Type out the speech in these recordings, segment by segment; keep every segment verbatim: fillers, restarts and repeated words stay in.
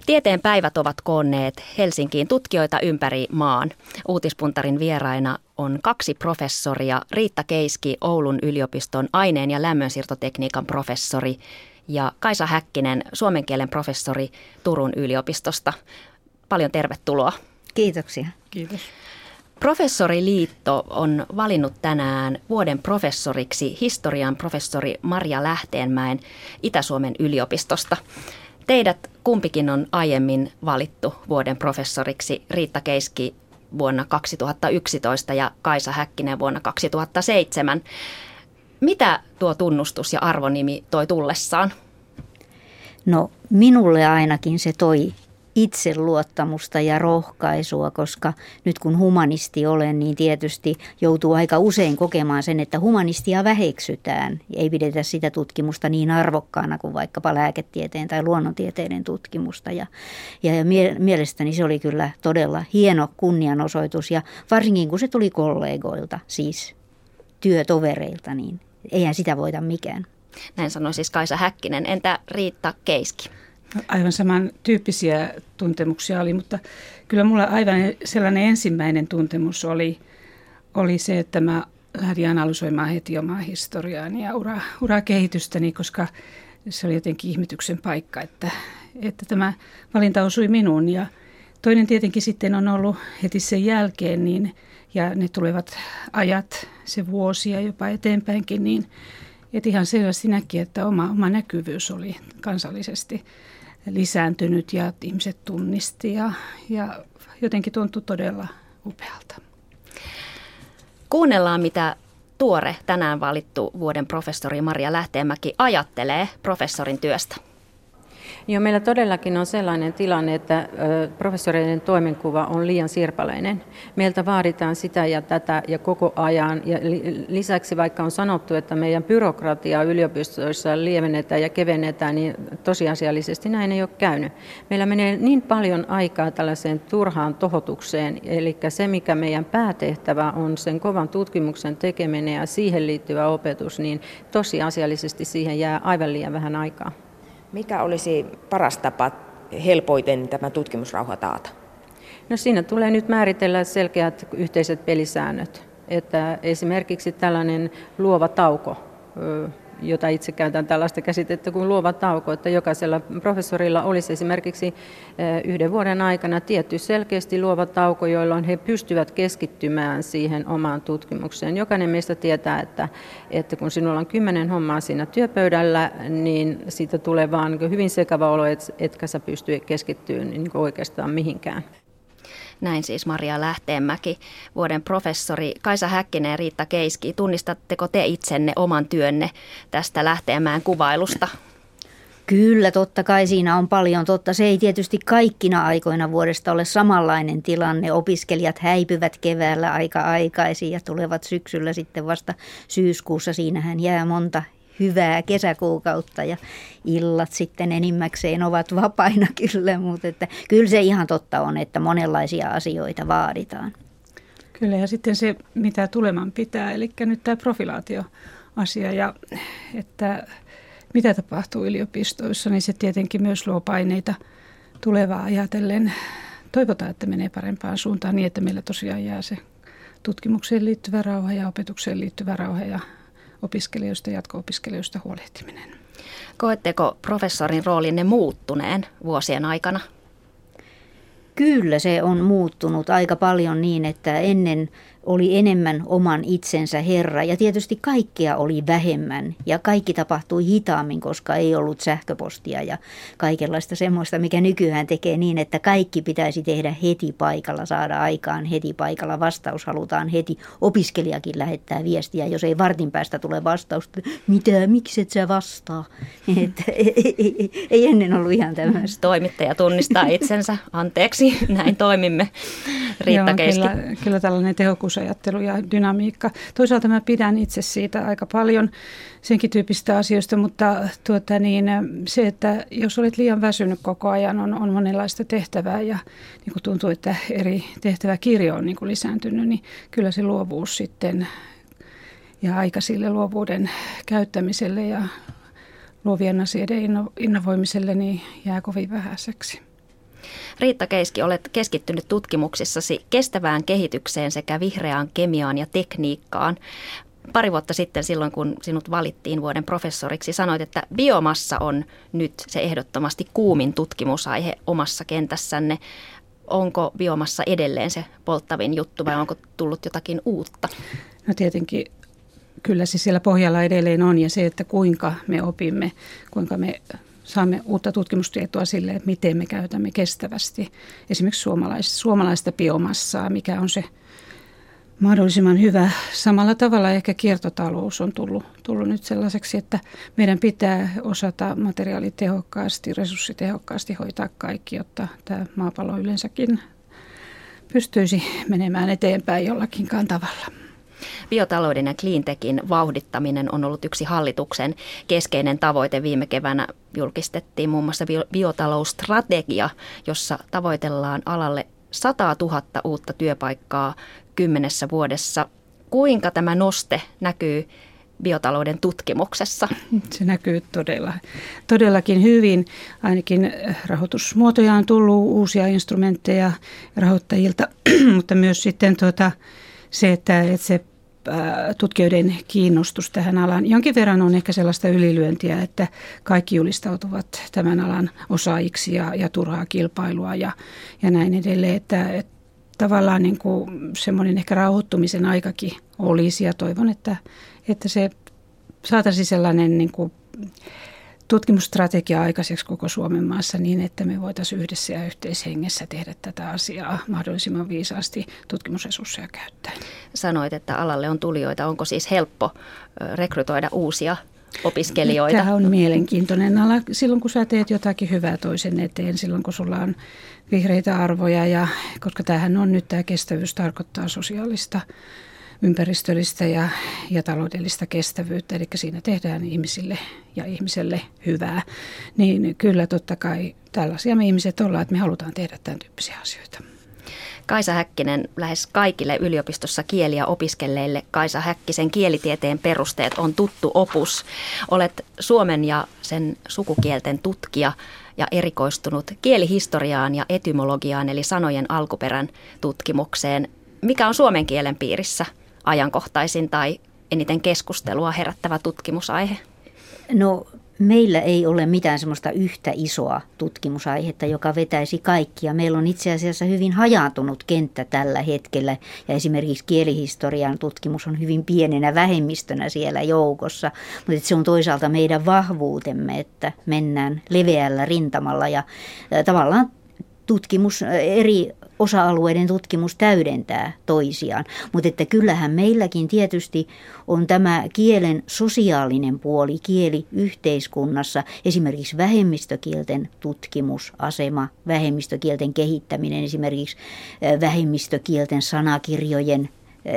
Tieteen päivät ovat koonneet Helsinkiin tutkijoita ympäri maan. Uutispuntarin vieraina on kaksi professoria, Riitta Keiski, Oulun yliopiston aineen- ja lämmönsiirtotekniikan professori, ja Kaisa Häkkinen, suomen kielen professori Turun yliopistosta. Paljon tervetuloa. Kiitoksia. Kiitos. Professoriliitto on valinnut tänään vuoden professoriksi historian professori Marja Lähteenmäen Itä-Suomen yliopistosta. Teidät kumpikin on aiemmin valittu vuoden professoriksi, Riitta Keiski vuonna kaksituhattayksitoista ja Kaisa Häkkinen vuonna kaksituhattaseitsemän. Mitä tuo tunnustus ja arvonimi toi tullessaan? No minulle ainakin se toi itseluottamusta ja rohkaisua, koska nyt kun humanisti olen, niin tietysti joutuu aika usein kokemaan sen, että humanistia väheksytään. Ei pidetä sitä tutkimusta niin arvokkaana kuin vaikkapa lääketieteen tai luonnontieteiden tutkimusta. Ja, ja, ja mielestäni se oli kyllä todella hieno kunnianosoitus, ja varsinkin kun se tuli kollegoilta, siis työtovereilta, niin eihän sitä voita mikään. Näin sanoi siis Kaisa Häkkinen. Entä Riitta Keiski? Aivan samantyyppisiä tuntemuksia oli, mutta kyllä mulla aivan sellainen ensimmäinen tuntemus oli, oli se, että mä lähdin analysoimaan heti omaa historiaani ja ura, urakehitystäni, koska se oli jotenkin ihmetyksen paikka, että, että tämä valinta osui minuun. Ja toinen tietenkin sitten on ollut heti sen jälkeen, niin, ja ne tulevat ajat, se vuosia jopa eteenpäinkin, niin että ihan selvästi näki, että oma, oma näkyvyys oli kansallisesti lisääntynyt ja ihmiset tunnisti ja, ja jotenkin tuntui todella upealta. Kuunnellaan, mitä tuore tänään valittu vuoden professori Marja Lähteenmäki ajattelee professorin työstä. Joo, meillä todellakin on sellainen tilanne, että professoreiden toimenkuva on liian sirpaleinen. Meiltä vaaditaan sitä ja tätä ja koko ajan. Ja lisäksi vaikka on sanottu, että meidän byrokratiaa yliopistoissa lievennetään ja kevennetään, niin tosiasiallisesti näin ei ole käynyt. Meillä menee niin paljon aikaa tällaiseen turhaan tohotukseen, eli se mikä meidän päätehtävä on sen kovan tutkimuksen tekeminen ja siihen liittyvä opetus, niin tosiasiallisesti siihen jää aivan liian vähän aikaa. Mikä olisi paras tapa helpoiten tämä tutkimusrauha taata? No siinä tulee nyt määritellä selkeät yhteiset pelisäännöt, että esimerkiksi tällainen luova tauko, jota itse käytän tällaista käsitettä kuin luova tauko, että jokaisella professorilla olisi esimerkiksi yhden vuoden aikana tietty selkeästi luova tauko, jolloin he pystyvät keskittymään siihen omaan tutkimukseen. Jokainen meistä tietää, että, että kun sinulla on kymmenen hommaa siinä työpöydällä, niin siitä tulee vaan hyvin sekava olo, etkä sä pysty keskittymään niin oikeastaan mihinkään. Näin siis Marja Lähteenmäki, vuoden professori Kaisa Häkkinen ja Riitta Keiski. Tunnistatteko te itsenne oman työnne tästä Lähteenmäen kuvailusta? Kyllä, totta kai siinä on paljon totta. Se ei tietysti kaikkina aikoina vuodesta ole samanlainen tilanne. Opiskelijat häipyvät keväällä aika aikaisin ja tulevat syksyllä sitten vasta syyskuussa. Siinähän jää monta hyvää kesäkuukautta ja illat sitten enimmäkseen ovat vapaina kyllä, mutta että kyllä se ihan totta on, että monenlaisia asioita vaaditaan. Kyllä, ja sitten se, mitä tuleman pitää, eli nyt tämä profilaatioasia ja että mitä tapahtuu yliopistoissa, niin se tietenkin myös luo paineita tulevaa ajatellen. Toivotaan, että menee parempaan suuntaan niin, että meillä tosiaan jää se tutkimukseen liittyvä rauha ja opetukseen liittyvä rauha ja opiskelijoista ja jatko-opiskelijoista huolehtiminen. Koetteko professorin roolinne muuttuneen vuosien aikana? Kyllä se on muuttunut aika paljon niin, että ennen oli enemmän oman itsensä herra ja tietysti kaikkea oli vähemmän ja kaikki tapahtui hitaammin, koska ei ollut sähköpostia ja kaikenlaista semmoista, mikä nykyään tekee niin, että kaikki pitäisi tehdä heti paikalla, saada aikaan heti paikalla, vastaus halutaan heti. Opiskelijakin lähettää viestiä, jos ei vartin päästä tule vastausta, mitä, miksi et sä vastaa? Että ei, ei, ei ennen ollut ihan tämmöistä. Toimittaja tunnistaa itsensä, anteeksi, näin toimimme. Riitta Keiski. Kyllä, kyllä tällainen tehokkuusajattelu ja dynamiikka. Toisaalta mä pidän itse siitä aika paljon senkin tyyppistä asioista, mutta tuota niin, se, että jos olet liian väsynyt koko ajan, on, on monenlaista tehtävää ja niin kuin tuntuu, että eri tehtäväkirjo on niin kuin lisääntynyt, niin kyllä se luovuus sitten ja aika sille luovuuden käyttämiselle ja luovien asioiden inno, innovoimiselle niin jää kovin vähäiseksi. Riitta Keiski, olet keskittynyt tutkimuksissasi kestävään kehitykseen sekä vihreään kemiaan ja tekniikkaan. Pari vuotta sitten silloin, kun sinut valittiin vuoden professoriksi, sanoit, että biomassa on nyt se ehdottomasti kuumin tutkimusaihe omassa kentässänne. Onko biomassa edelleen se polttavin juttu vai onko tullut jotakin uutta? No tietenkin kyllä se siellä pohjalla edelleen on ja se, että kuinka me opimme, kuinka me saamme uutta tutkimustietoa sille, että miten me käytämme kestävästi esimerkiksi suomalaista, suomalaista biomassaa, mikä on se mahdollisimman hyvä. Samalla tavalla ehkä kiertotalous on tullut, tullut nyt sellaiseksi, että meidän pitää osata materiaalitehokkaasti, resurssitehokkaasti hoitaa kaikki, jotta tämä maapallo yleensäkin pystyisi menemään eteenpäin jollakinkaan tavalla. Biotalouden ja cleantechin vauhdittaminen on ollut yksi hallituksen keskeinen tavoite. Viime keväänä julkistettiin muun muassa biotalousstrategia, jossa tavoitellaan alalle sata tuhatta uutta työpaikkaa kymmenessä vuodessa. Kuinka tämä noste näkyy biotalouden tutkimuksessa? Se näkyy todella, todellakin hyvin. Ainakin rahoitusmuotoja on tullut, uusia instrumentteja rahoittajilta, mutta myös sitten tuota, se, että, että se tutkijoiden kiinnostus tähän alaan. Jonkin verran on ehkä sellaista ylilyöntiä, että kaikki julistautuvat tämän alan osaajiksi ja, ja turhaa kilpailua ja, ja näin edelleen. Että, että tavallaan niin kuin semmoinen ehkä rauhoittumisen aikakin olisi ja toivon, että, että se saataisiin sellainen niin kuin tutkimusstrategia aikaiseksi koko Suomen maassa niin, että me voitaisiin yhdessä ja yhteishengessä tehdä tätä asiaa mahdollisimman viisaasti tutkimusresursseja käyttäen. Sanoit, että alalle on tulijoita. Onko siis helppo rekrytoida uusia opiskelijoita? Tämä on mielenkiintoinen ala. Silloin kun sä teet jotakin hyvää toisen eteen, silloin kun sulla on vihreitä arvoja, ja koska tämähän on nyt tämä kestävyys tarkoittaa sosiaalista, ympäristöllistä ja, ja taloudellista kestävyyttä, eli siinä tehdään ihmisille ja ihmiselle hyvää, niin kyllä totta kai tällaisia me ihmiset ollaan, että me halutaan tehdä tämän tyyppisiä asioita. Kaisa Häkkinen, lähes kaikille yliopistossa kieliä opiskelleille Kaisa Häkkisen kielitieteen perusteet on tuttu opus. Olet Suomen ja sen sukukielten tutkija ja erikoistunut kielihistoriaan ja etymologiaan, eli sanojen alkuperän tutkimukseen. Mikä on suomen kielen piirissä ajankohtaisin tai eniten keskustelua herättävä tutkimusaihe? No meillä ei ole mitään semmoista yhtä isoa tutkimusaihetta, joka vetäisi kaikkia. Meillä on itse asiassa hyvin hajaantunut kenttä tällä hetkellä ja esimerkiksi kielihistorian tutkimus on hyvin pienenä vähemmistönä siellä joukossa. Mutta se on toisaalta meidän vahvuutemme, että mennään leveällä rintamalla ja tavallaan tutkimus, eri osa-alueiden tutkimus täydentää toisiaan, mutta että kyllähän meilläkin tietysti on tämä kielen sosiaalinen puoli, kieli yhteiskunnassa, esimerkiksi vähemmistökielten tutkimusasema, vähemmistökielten kehittäminen, esimerkiksi vähemmistökielten sanakirjojen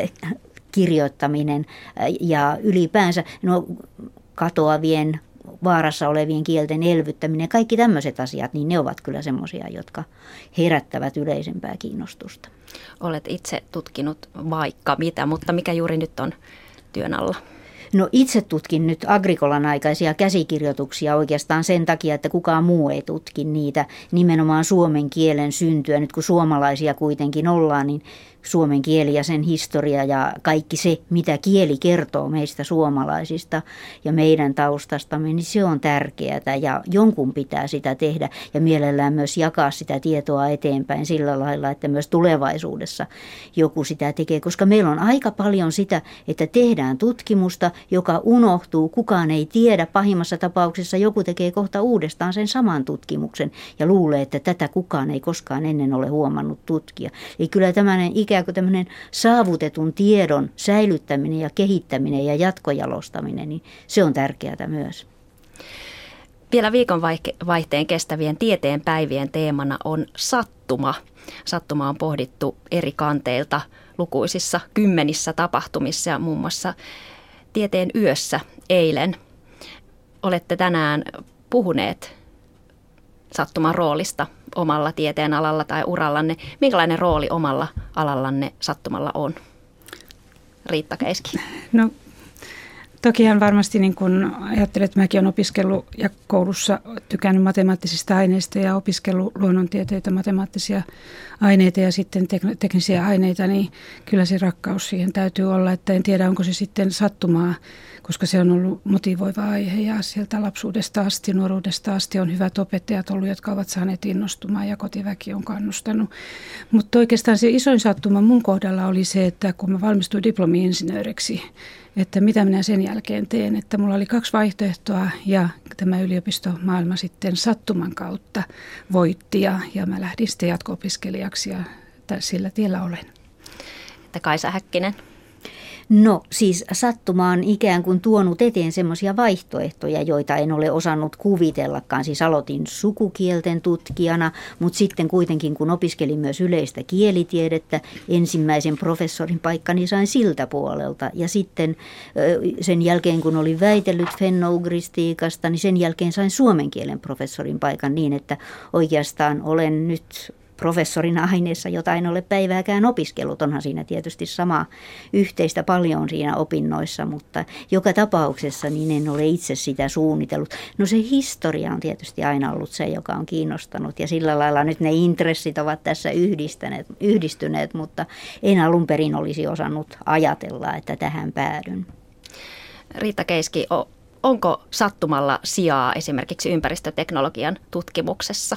kirjoittaminen ja ylipäänsä no, katoavien vaarassa olevien kielten elvyttäminen, kaikki tämmöiset asiat, niin ne ovat kyllä semmoisia, jotka herättävät yleisempää kiinnostusta. Olet itse tutkinut vaikka mitä, mutta mikä juuri nyt on työn alla? No itse tutkin nyt Agrikolan aikaisia käsikirjoituksia oikeastaan sen takia, että kukaan muu ei tutki niitä, nimenomaan suomen kielen syntyä. Nyt kun suomalaisia kuitenkin ollaan, niin suomen kieli ja sen historia ja kaikki se, mitä kieli kertoo meistä suomalaisista ja meidän taustastamme, niin se on tärkeää ja jonkun pitää sitä tehdä ja mielellään myös jakaa sitä tietoa eteenpäin sillä lailla, että myös tulevaisuudessa joku sitä tekee, koska meillä on aika paljon sitä, että tehdään tutkimusta, joka unohtuu, kukaan ei tiedä, pahimmassa tapauksessa joku tekee kohta uudestaan sen saman tutkimuksen ja luulee, että tätä kukaan ei koskaan ennen ole huomannut tutkia. Eli kyllä tämmöinen ikään kuin tämmöinen saavutetun tiedon säilyttäminen ja kehittäminen ja jatkojalostaminen, niin se on tärkeää myös. Vielä viikonvaihteen kestävien tieteen päivien teemana on sattuma. Sattuma on pohdittu eri kanteilta lukuisissa kymmenissä tapahtumissa ja muun muassa Tieteen yössä eilen. Olette tänään puhuneet sattuman roolista omalla tieteen alalla tai urallanne. Minkälainen rooli omalla alallanne sattumalla on? Riitta Keiski. No Tokihan varmasti niin kun ajattelet, että mäkin olen opiskellut ja koulussa tykännyt matemaattisista aineista ja opiskellut luonnontieteitä, matemaattisia aineita ja sitten tek- teknisiä aineita, niin kyllä se rakkaus siihen täytyy olla, että en tiedä onko se sitten sattumaa, koska se on ollut motivoiva aihe ja sieltä lapsuudesta asti, nuoruudesta asti on hyvät opettajat ollut, jotka ovat saaneet innostumaan ja kotiväki on kannustanut. Mutta oikeastaan se isoin sattuma mun kohdalla oli se, että kun mä valmistuin diplomi-insinööriksi, että mitä minä sen jälkeen teen, että mulla oli kaksi vaihtoehtoa ja tämä yliopistomaailma sitten sattuman kautta voitti ja, ja mä lähdin sitten jatko-opiskelijaksi ja sillä tiellä olen. Että Kaisa Häkkinen. No siis sattuma on ikään kuin tuonut eteen semmoisia vaihtoehtoja, joita en ole osannut kuvitellakaan. Siis aloitin sukukielten tutkijana, mutta sitten kuitenkin kun opiskelin myös yleistä kielitiedettä, ensimmäisen professorin paikkani sain siltä puolelta. Ja sitten sen jälkeen kun olin väitellyt fennougristiikasta, niin sen jälkeen sain suomen kielen professorin paikan niin, että oikeastaan olen nyt professorina aineessa, jota en ole päivääkään opiskellut. Onhan siinä tietysti sama yhteistä paljon siinä opinnoissa, mutta joka tapauksessa niin en ole itse sitä suunnitellut. No se historia on tietysti aina ollut se, joka on kiinnostanut ja sillä lailla nyt ne intressit ovat tässä yhdistyneet, mutta en alun perin olisi osannut ajatella, että tähän päädyn. Riitta Keiski, onko sattumalla sijaa esimerkiksi ympäristöteknologian tutkimuksessa?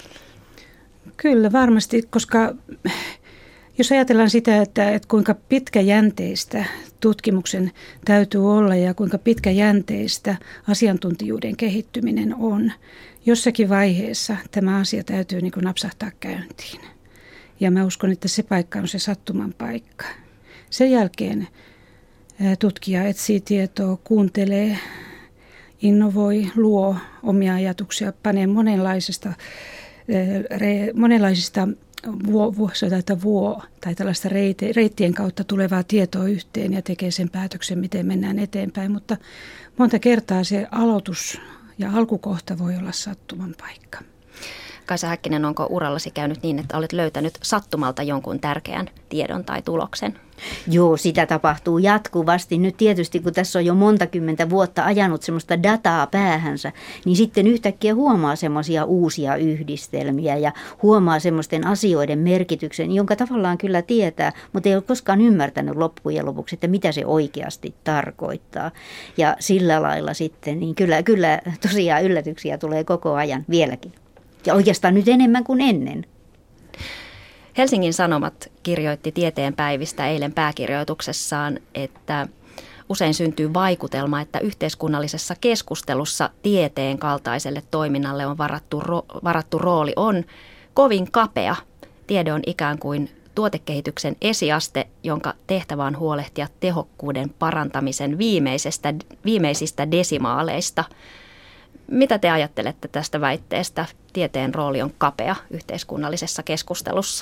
Kyllä varmasti, koska jos ajatellaan sitä, että, että kuinka pitkäjänteistä tutkimuksen täytyy olla ja kuinka pitkäjänteistä asiantuntijuuden kehittyminen on, jossakin vaiheessa tämä asia täytyy niin kuin napsahtaa käyntiin. Ja mä uskon, että se paikka on se sattuman paikka. Sen jälkeen tutkija etsii tietoa, kuuntelee, innovoi, luo omia ajatuksia, panee monenlaisesta monenlaisista vuo, vuo, vuo tai tällaista reite, reittien kautta tulevaa tietoa yhteen ja tekee sen päätöksen, miten mennään eteenpäin. Mutta monta kertaa se aloitus ja alkukohta voi olla sattuman paikka. Kaisa Häkkinen, onko urallasi käynyt niin, että olet löytänyt sattumalta jonkun tärkeän tiedon tai tuloksen? Joo, sitä tapahtuu jatkuvasti. Nyt tietysti, kun tässä on jo monta kymmentä vuotta ajanut semmoista dataa päähänsä, niin sitten yhtäkkiä huomaa semmoisia uusia yhdistelmiä ja huomaa semmoisten asioiden merkityksen, jonka tavallaan kyllä tietää, mutta ei ole koskaan ymmärtänyt loppujen lopuksi, että mitä se oikeasti tarkoittaa. Ja sillä lailla sitten, niin kyllä, kyllä tosiaan yllätyksiä tulee koko ajan vieläkin. Ja oikeastaan nyt enemmän kuin ennen. Helsingin Sanomat kirjoitti Tieteen päivistä eilen pääkirjoituksessaan, että usein syntyy vaikutelma, että yhteiskunnallisessa keskustelussa tieteen kaltaiselle toiminnalle on varattu, ro- varattu rooli on kovin kapea. Tiede on ikään kuin tuotekehityksen esiaste, jonka tehtävä on huolehtia tehokkuuden parantamisen viimeisestä, viimeisistä desimaaleista. Mitä te ajattelette tästä väitteestä? Tieteen rooli on kapea yhteiskunnallisessa keskustelussa.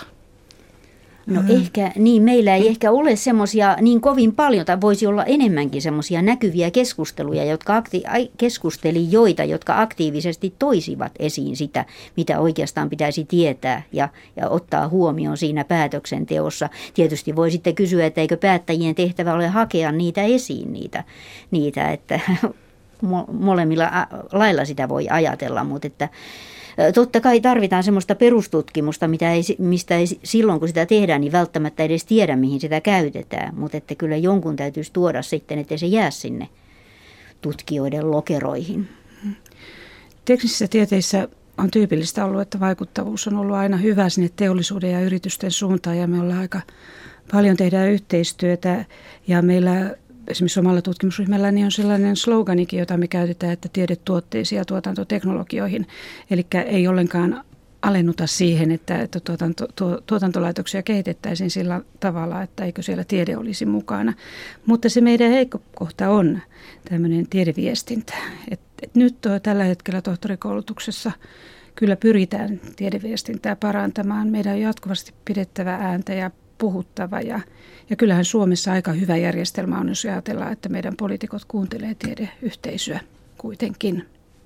No mm. ehkä, niin meillä ei ehkä ole semmoisia niin kovin paljon, tai voisi olla enemmänkin semmoisia näkyviä keskusteluja, jotka akti- keskusteli joita, jotka aktiivisesti toisivat esiin sitä, mitä oikeastaan pitäisi tietää ja, ja ottaa huomioon siinä päätöksenteossa. Tietysti voi sitten kysyä, että eikö päättäjien tehtävä ole hakea niitä esiin, niitä, niitä että molemmilla lailla sitä voi ajatella, mutta että totta kai tarvitaan semmoista perustutkimusta, mitä ei, mistä ei silloin kun sitä tehdään, niin välttämättä edes tiedä, mihin sitä käytetään, mutta että kyllä jonkun täytyisi tuoda sitten, ettei se jää sinne tutkijoiden lokeroihin. Teknisissä tieteissä on tyypillistä ollut, että vaikuttavuus on ollut aina hyvä sinne teollisuuden ja yritysten suuntaan ja me ollaan aika paljon tehdään yhteistyötä ja meillä esimerkiksi omalla tutkimusryhmällä niin on sellainen sloganikin, jota me käytetään, että tiedetuotteisiin ja tuotantoteknologioihin. Eli ei ollenkaan alennuta siihen, että, että tuotanto, tuo, tuotantolaitoksia kehitettäisiin sillä tavalla, että eikö siellä tiede olisi mukana. Mutta se meidän heikko kohta on tämmöinen tiedeviestintä. Et, et nyt on tällä hetkellä tohtorikoulutuksessa kyllä pyritään tiedeviestintää parantamaan. Meidän on jatkuvasti pidettävä ääntä ja puhuttava ja, ja kyllähän Suomessa aika hyvä järjestelmä on, jos ajatellaan, että meidän poliitikot kuuntelee tiedeyhteisöä kuitenkin.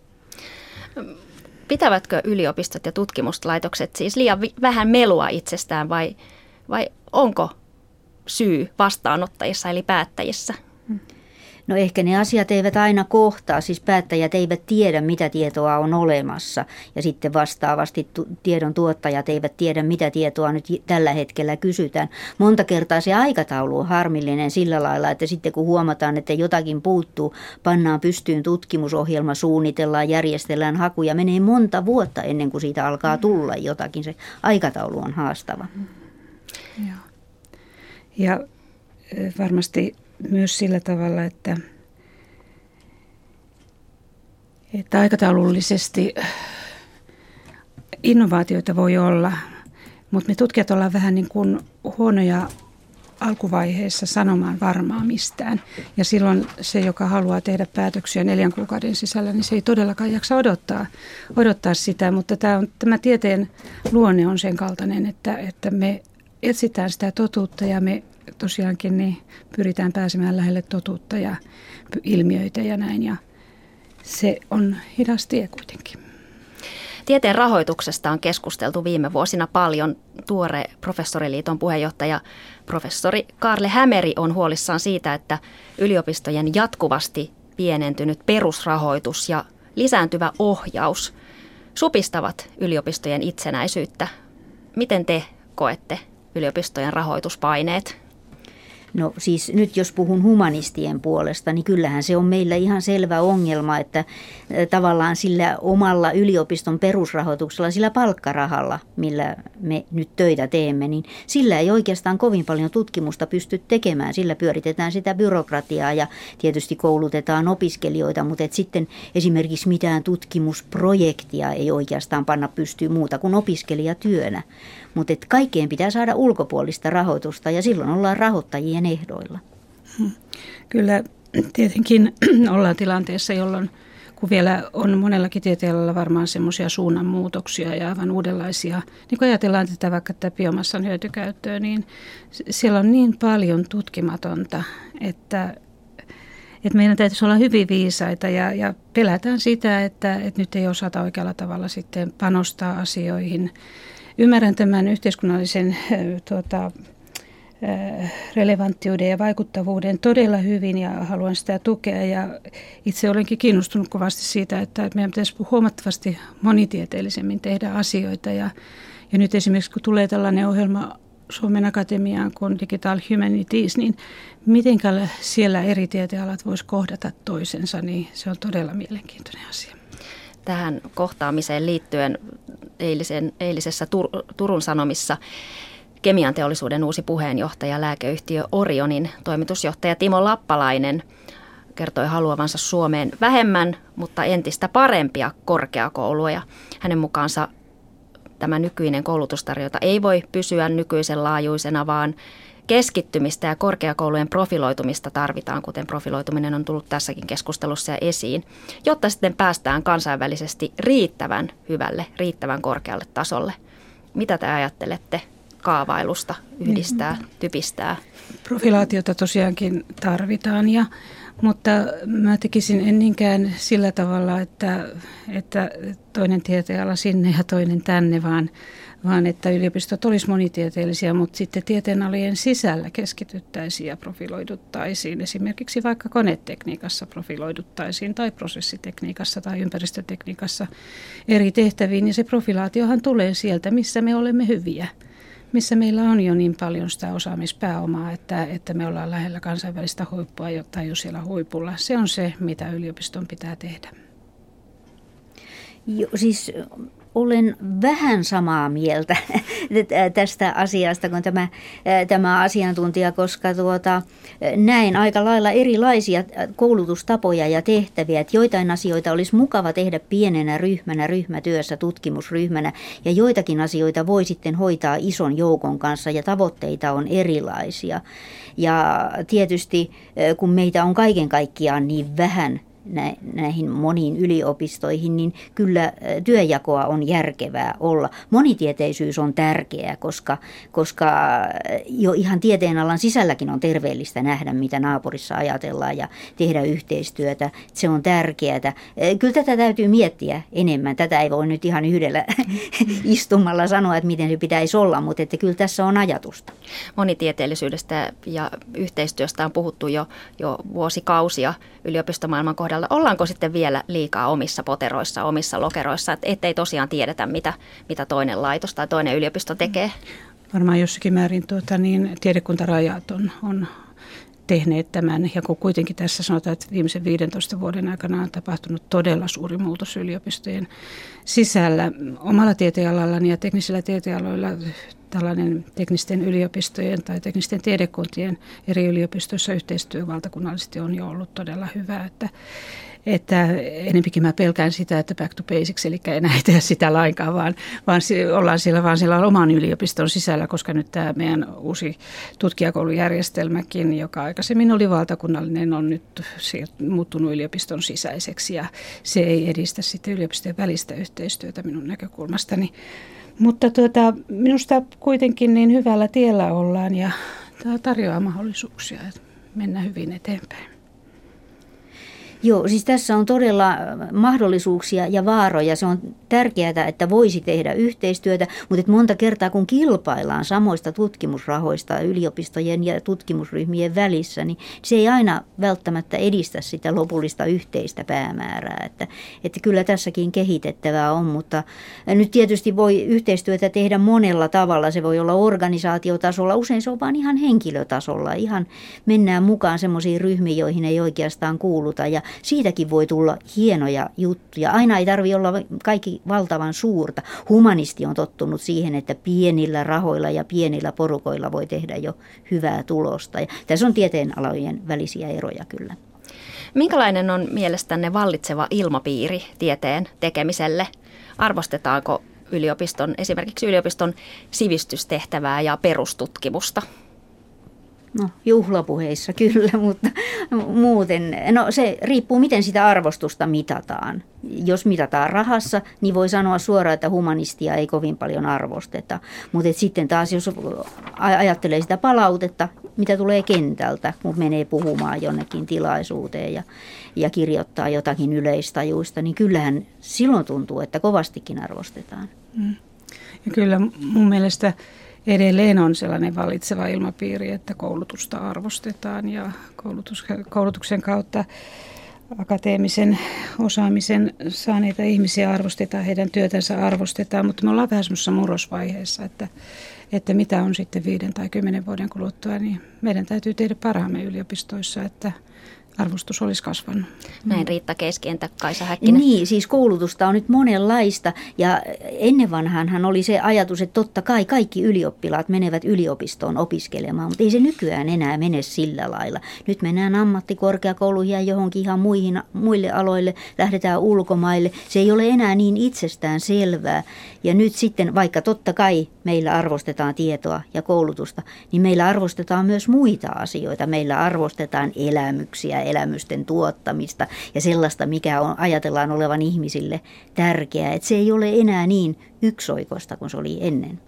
Pitävätkö yliopistot ja tutkimuslaitokset siis liian vi- vähän melua itsestään vai, vai onko syy vastaanottajissa eli päättäjissä? No ehkä ne asiat eivät aina kohtaa, siis päättäjät eivät tiedä, mitä tietoa on olemassa ja sitten vastaavasti tu- tiedon tuottajat eivät tiedä, mitä tietoa nyt tällä hetkellä kysytään. Monta kertaa se aikataulu on harmillinen sillä lailla, että sitten kun huomataan, että jotakin puuttuu, pannaan pystyyn tutkimusohjelma, suunnitellaan, järjestellään hakuja, menee monta vuotta ennen kuin siitä alkaa tulla jotakin. Se aikataulu on haastava. Ja, ja varmasti myös sillä tavalla, että, että aikataulullisesti innovaatioita voi olla, mutta me tutkijat ollaan vähän niin kuin huonoja alkuvaiheessa sanomaan varmaa mistään. Ja silloin se, joka haluaa tehdä päätöksiä neljän kuukauden sisällä, niin se ei todellakaan jaksa odottaa, odottaa sitä. Mutta tämä, on, tämä tieteen luonne on sen kaltainen, että, että me etsitään sitä totuutta ja me tosiaankin niin pyritään pääsemään lähelle totuutta ja ilmiöitä ja näin. Ja se on hidas tie kuitenkin. Tieteen rahoituksesta on keskusteltu viime vuosina paljon. Tuore Professoriliiton puheenjohtaja professori Kaarle Hämeri on huolissaan siitä, että yliopistojen jatkuvasti pienentynyt perusrahoitus ja lisääntyvä ohjaus supistavat yliopistojen itsenäisyyttä. Miten te koette yliopistojen rahoituspaineet? No siis nyt jos puhun humanistien puolesta, niin kyllähän se on meillä ihan selvä ongelma, että tavallaan sillä omalla yliopiston perusrahoituksella, sillä palkkarahalla, millä me nyt töitä teemme, niin sillä ei oikeastaan kovin paljon tutkimusta pysty tekemään. Sillä pyöritetään sitä byrokratiaa ja tietysti koulutetaan opiskelijoita, mutta et sitten esimerkiksi mitään tutkimusprojektia ei oikeastaan panna pystyyn muuta kuin opiskelijatyönä. Mutta kaikkeen pitää saada ulkopuolista rahoitusta ja silloin ollaan rahoittajien ehdoilla. Kyllä tietenkin ollaan tilanteessa, jolloin kun vielä on monellakin tieteellä varmaan semmoisia suunnanmuutoksia ja aivan uudenlaisia. Niin kun ajatellaan tätä vaikka tätä biomassan hyötykäyttöä, niin siellä on niin paljon tutkimatonta, että, että meidän täytyisi olla hyvin viisaita ja, ja pelätään sitä, että, että nyt ei osata oikealla tavalla sitten panostaa asioihin. Ymmärrän tämän yhteiskunnallisen tuota, relevanttiuden ja vaikuttavuuden todella hyvin ja haluan sitä tukea. Ja itse olenkin kiinnostunut kovasti siitä, että meidän pitäisi huomattavasti monitieteellisemmin tehdä asioita. Ja, ja nyt esimerkiksi kun tulee tällainen ohjelma Suomen Akatemiaan kuin Digital Humanities, niin mitenkä siellä eri tieteenalat voisi kohdata toisensa, niin se on todella mielenkiintoinen asia. Tähän kohtaamiseen liittyen eilisen, eilisessä Tur- Turun Sanomissa kemian teollisuuden uusi puheenjohtaja, lääkeyhtiö Orionin toimitusjohtaja Timo Lappalainen kertoi haluavansa Suomeen vähemmän, mutta entistä parempia korkeakouluja. Hänen mukaansa tämä nykyinen koulutustarjonta ei voi pysyä nykyisen laajuisena, vaan keskittymistä ja korkeakoulujen profiloitumista tarvitaan, kuten profiloituminen on tullut tässäkin keskustelussa esiin, jotta sitten päästään kansainvälisesti riittävän hyvälle, riittävän korkealle tasolle. Mitä te ajattelette kaavailusta yhdistää, typistää? Profilaatiota tosiaankin tarvitaan, ja, mutta mä tekisin en niinkään sillä tavalla, että, että toinen tieteenala sinne ja toinen tänne, vaan vaan että yliopistot olisi monitieteellisiä, mutta sitten tieteenalojen sisällä keskityttäisiin ja profiloiduttaisiin. Esimerkiksi vaikka konetekniikassa profiloiduttaisiin tai prosessitekniikassa tai ympäristötekniikassa eri tehtäviin. Ja se profilaatiohan tulee sieltä, missä me olemme hyviä, missä meillä on jo niin paljon sitä osaamispääomaa, että, että me ollaan lähellä kansainvälistä huippua tai jo siellä huipulla. Se on se, mitä yliopiston pitää tehdä. Jo, siis olen vähän samaa mieltä tästä asiasta kuin tämä, tämä asiantuntija, koska tuota, näen aika lailla erilaisia koulutustapoja ja tehtäviä, että joitain asioita olisi mukava tehdä pienenä ryhmänä, ryhmätyössä, tutkimusryhmänä, ja joitakin asioita voi sitten hoitaa ison joukon kanssa, ja tavoitteita on erilaisia. Ja tietysti kun meitä on kaiken kaikkiaan niin vähän, näihin moniin yliopistoihin, niin kyllä työjakoa on järkevää olla. Monitieteisyys on tärkeää, koska, koska jo ihan tieteenalan sisälläkin on terveellistä nähdä, mitä naapurissa ajatellaan ja tehdä yhteistyötä. Se on tärkeää. Kyllä tätä täytyy miettiä enemmän. Tätä ei voi nyt ihan yhdellä istumalla sanoa, että miten se pitäisi olla, mutta että kyllä tässä on ajatusta. Monitieteellisyydestä ja yhteistyöstä on puhuttu jo, jo vuosikausia yliopistomaailman kohdalla. Ollaanko sitten vielä liikaa omissa poteroissa, omissa lokeroissa, että ettei tosiaan tiedetä, mitä, mitä toinen laitos tai toinen yliopisto tekee? Varmaan jossakin määrin tuota, niin tiedekuntarajat on, on tehneet tämän, ja kun kuitenkin tässä sanotaan, että viimeisen viidentoista vuoden aikana on tapahtunut todella suuri muutos yliopistojen sisällä. Omalla tieteenalallani ja teknisillä tieteenaloilla tällainen teknisten yliopistojen tai teknisten tiedekuntien eri yliopistoissa yhteistyö valtakunnallisesti on jo ollut todella hyvä, että Että enempikin mä pelkään sitä, että back to basics, eli enää ei tehdä sitä lainkaan, vaan, vaan ollaan siellä, vaan siellä oman yliopiston sisällä, koska nyt tämä meidän uusi tutkijakoulujärjestelmäkin, joka aikaisemmin oli valtakunnallinen, on nyt muuttunut yliopiston sisäiseksi, ja se ei edistä sitten yliopistojen välistä yhteistyötä minun näkökulmastani. Mutta tuota, minusta kuitenkin niin hyvällä tiellä ollaan, ja tämä tarjoaa mahdollisuuksia, että mennä hyvin eteenpäin. Joo, siis tässä on todella mahdollisuuksia ja vaaroja. Se on tärkeää, että voisi tehdä yhteistyötä, mutta että monta kertaa kun kilpaillaan samoista tutkimusrahoista yliopistojen ja tutkimusryhmien välissä, niin se ei aina välttämättä edistä sitä lopullista yhteistä päämäärää. Että, että kyllä tässäkin kehitettävää on, mutta nyt tietysti voi yhteistyötä tehdä monella tavalla. Se voi olla organisaatiotasolla, usein se on vaan ihan henkilötasolla. Ihan mennään mukaan semmoisiin ryhmiin, joihin ei oikeastaan kuuluta, ja siitäkin voi tulla hienoja juttuja. Aina ei tarvitse olla kaikki valtavan suurta. Humanisti on tottunut siihen, että pienillä rahoilla ja pienillä porukoilla voi tehdä jo hyvää tulosta. Ja tässä on tieteenalojen välisiä eroja kyllä. Minkälainen on mielestänne vallitseva ilmapiiri tieteen tekemiselle? Arvostetaanko yliopiston, esimerkiksi yliopiston sivistystehtävää ja perustutkimusta? No juhlapuheissa kyllä, mutta muuten, no se riippuu miten sitä arvostusta mitataan. Jos mitataan rahassa, niin voi sanoa suoraan, että humanistia ei kovin paljon arvosteta. Mutta sitten taas jos ajattelee sitä palautetta, mitä tulee kentältä, kun menee puhumaan jonnekin tilaisuuteen ja, ja kirjoittaa jotakin yleistajuista, niin kyllähän silloin tuntuu, että kovastikin arvostetaan. Mm. Ja kyllä mun mielestä edelleen on sellainen vallitseva ilmapiiri, että koulutusta arvostetaan ja koulutus, koulutuksen kautta akateemisen osaamisen saaneita ihmisiä arvostetaan, heidän työtänsä arvostetaan, mutta me ollaan vähän semmoisessa murrosvaiheessa, että, että mitä on sitten viiden tai kymmenen vuoden kuluttua, niin meidän täytyy tehdä parhaamme yliopistoissa, että arvostus olisi kasvanut. Näin Riitta Keskientä, Kaisa Häkkinen. Niin, siis koulutusta on nyt monenlaista ja ennen vanhaanhan oli se ajatus, että totta kai kaikki ylioppilaat menevät yliopistoon opiskelemaan, mutta ei se nykyään enää mene sillä lailla. Nyt mennään ammattikorkeakouluihin ja johonkin ihan muihin, muille aloille, lähdetään ulkomaille. Se ei ole enää niin itsestään selvää. Ja nyt sitten, vaikka totta kai meillä arvostetaan tietoa ja koulutusta, niin meillä arvostetaan myös muita asioita. Meillä arvostetaan elämyksiä, elämysten tuottamista ja sellaista, mikä on, ajatellaan olevan ihmisille tärkeää. Että se ei ole enää niin yksioikoista kuin se oli ennen.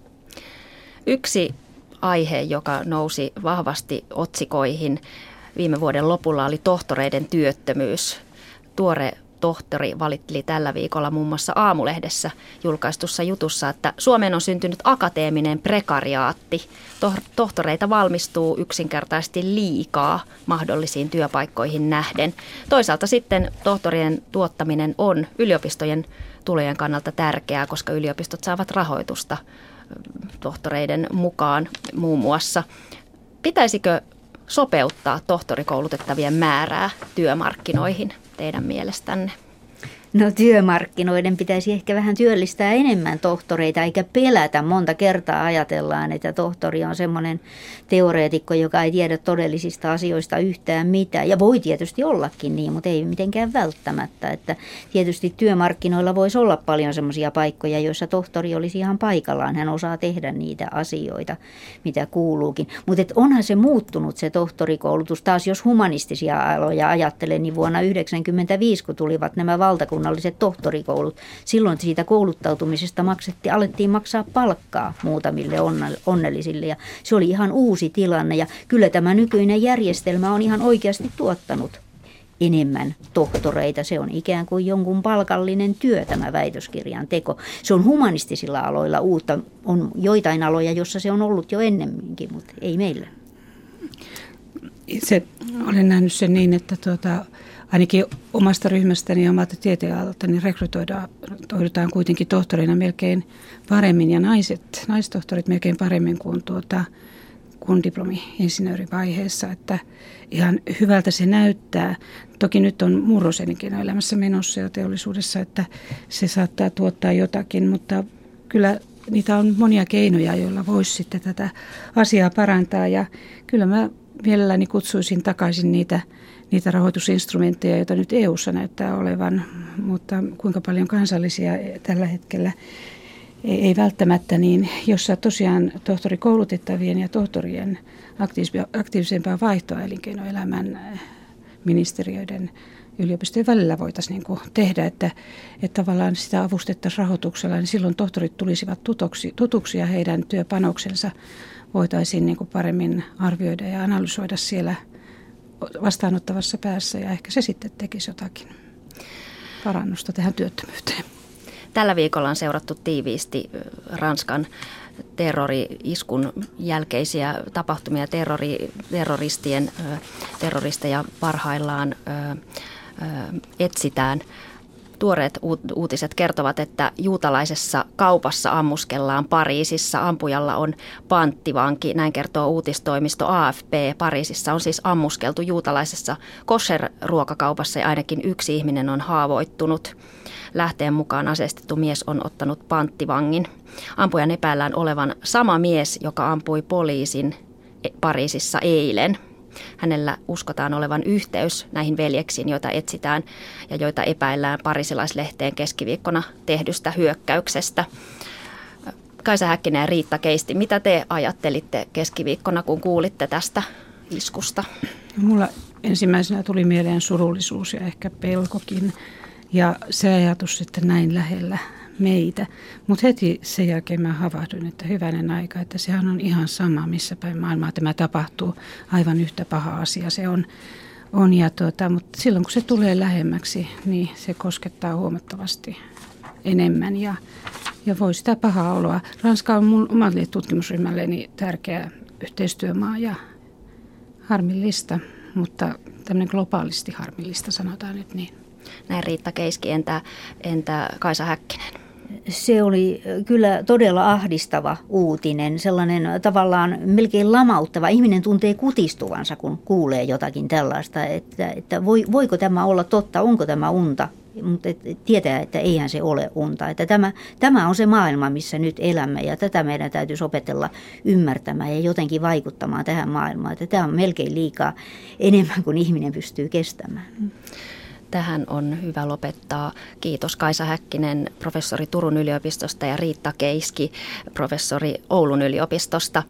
Yksi aihe, joka nousi vahvasti otsikoihin viime vuoden lopulla, oli tohtoreiden työttömyys. Tuore tohtori valitteli tällä viikolla muun muassa Aamulehdessä julkaistussa jutussa, että Suomeen on syntynyt akateeminen prekariaatti. Tohtoreita valmistuu yksinkertaisesti liikaa mahdollisiin työpaikkoihin nähden. Toisaalta sitten tohtorien tuottaminen on yliopistojen tulojen kannalta tärkeää, koska yliopistot saavat rahoitusta tohtoreiden mukaan muun muassa. Pitäisikö sopeuttaa tohtorikoulutettavien määrää työmarkkinoihin teidän mielestänne? No työmarkkinoiden pitäisi ehkä vähän työllistää enemmän tohtoreita, eikä pelätä. Monta kertaa ajatellaan, että tohtori on semmoinen teoreetikko, joka ei tiedä todellisista asioista yhtään mitään. Ja voi tietysti ollakin niin, mutta ei mitenkään välttämättä. Että tietysti työmarkkinoilla voisi olla paljon semmoisia paikkoja, joissa tohtori olisi ihan paikallaan. Hän osaa tehdä niitä asioita, mitä kuuluukin. Mutta onhan se muuttunut se tohtorikoulutus. Taas jos humanistisia aloja ajattelee, niin vuonna yhdeksänkymmentäviisi, kun tulivat nämä valtakunnalliset tohtorikoulut, silloin siitä kouluttautumisesta maksettiin, alettiin maksaa palkkaa muutamille onnellisille. Ja se oli ihan uusi tilanne ja kyllä tämä nykyinen järjestelmä on ihan oikeasti tuottanut enemmän tohtoreita. Se on ikään kuin jonkun palkallinen työ tämä väitöskirjan teko. Se on humanistisilla aloilla uutta. On joitain aloja, jossa se on ollut jo ennemminkin, mutta ei meillä. Itse olen nähnyt sen niin, että tuota, ainakin omasta ryhmästäni ja omalta tieteenalaltani rekrytoidaan kuitenkin tohtorina melkein paremmin ja naiset, naistohtorit melkein paremmin kuin, tuota, kuin diplomi-insinöörivaiheessa. Että ihan hyvältä se näyttää. Toki nyt on murros elinkeinoelämässä menossa ja teollisuudessa, että se saattaa tuottaa jotakin, mutta kyllä niitä on monia keinoja, joilla voisi sitten tätä asiaa parantaa ja kyllä mä mielelläni kutsuisin takaisin niitä, niitä rahoitusinstrumentteja, joita nyt E U:ssa näyttää olevan, mutta kuinka paljon kansallisia tällä hetkellä ei, ei välttämättä, niin jossa tosiaan tohtorikoulutettavien ja tohtorien aktiivisempaa vaihtoa elinkeinoelämän ministeriöiden yliopistojen välillä voitaisiin niin kuin tehdä, että, että tavallaan sitä avustettaisiin rahoituksella, niin silloin tohtorit tulisivat tutuksi, tutuksi ja heidän työpanoksensa voitaisiin niin kuin paremmin arvioida ja analysoida siellä vastaanottavassa päässä ja ehkä se sitten tekisi jotakin parannusta tähän työttömyyteen. Tällä viikolla on seurattu tiiviisti Ranskan terrori-iskun jälkeisiä tapahtumia. Terrori, terroristien, terroristeja parhaillaan etsitään. Tuoreet uutiset kertovat, että juutalaisessa kaupassa ammuskellaan Pariisissa. Ampujalla on panttivanki, näin kertoo uutistoimisto A F P. Pariisissa on siis ammuskeltu juutalaisessa kosher-ruokakaupassa ja ainakin yksi ihminen on haavoittunut. Lähteen mukaan aseistettu mies on ottanut panttivangin. Ampujan epäillään olevan sama mies, joka ampui poliisin Pariisissa eilen. Hänellä uskotaan olevan yhteys näihin veljeksiin, joita etsitään ja joita epäillään parisilaislehteen keskiviikkona tehdystä hyökkäyksestä. Kaisa Häkkinen ja Riitta Keisti, mitä te ajattelitte keskiviikkona, kun kuulitte tästä iskusta? Mulla ensimmäisenä tuli mieleen surullisuus ja ehkä pelkokin ja se ajatus sitten näin lähellä meitä. Mutta heti sen jälkeen mä havahduin, että hyvänen aika, että sehän on ihan sama, missä päin maailmaa tämä tapahtuu. Aivan yhtä paha asia se on. on ja tuota, mutta silloin kun se tulee lähemmäksi, niin se koskettaa huomattavasti enemmän ja, ja voi sitä pahaa oloa. Ranska on mun omalle tutkimusryhmälleni tärkeä yhteistyömaa ja harmillista, mutta tämmöinen globaalisti harmillista, sanotaan nyt niin. Näin Riitta Keiski, entä, entä Kaisa Häkkinen? Se oli kyllä todella ahdistava uutinen, sellainen tavallaan melkein lamauttava. Ihminen tuntee kutistuvansa, kun kuulee jotakin tällaista, että, että voi, voiko tämä olla totta, onko tämä unta, mutta tietää, että eihän se ole unta. Että tämä, tämä on se maailma, missä nyt elämme ja tätä meidän täytyisi opetella ymmärtämään ja jotenkin vaikuttamaan tähän maailmaan. Että tämä on melkein liikaa enemmän kuin ihminen pystyy kestämään. Tähän on hyvä lopettaa. Kiitos Kaisa Häkkinen, professori Turun yliopistosta ja Riitta Keiski, professori Oulun yliopistosta.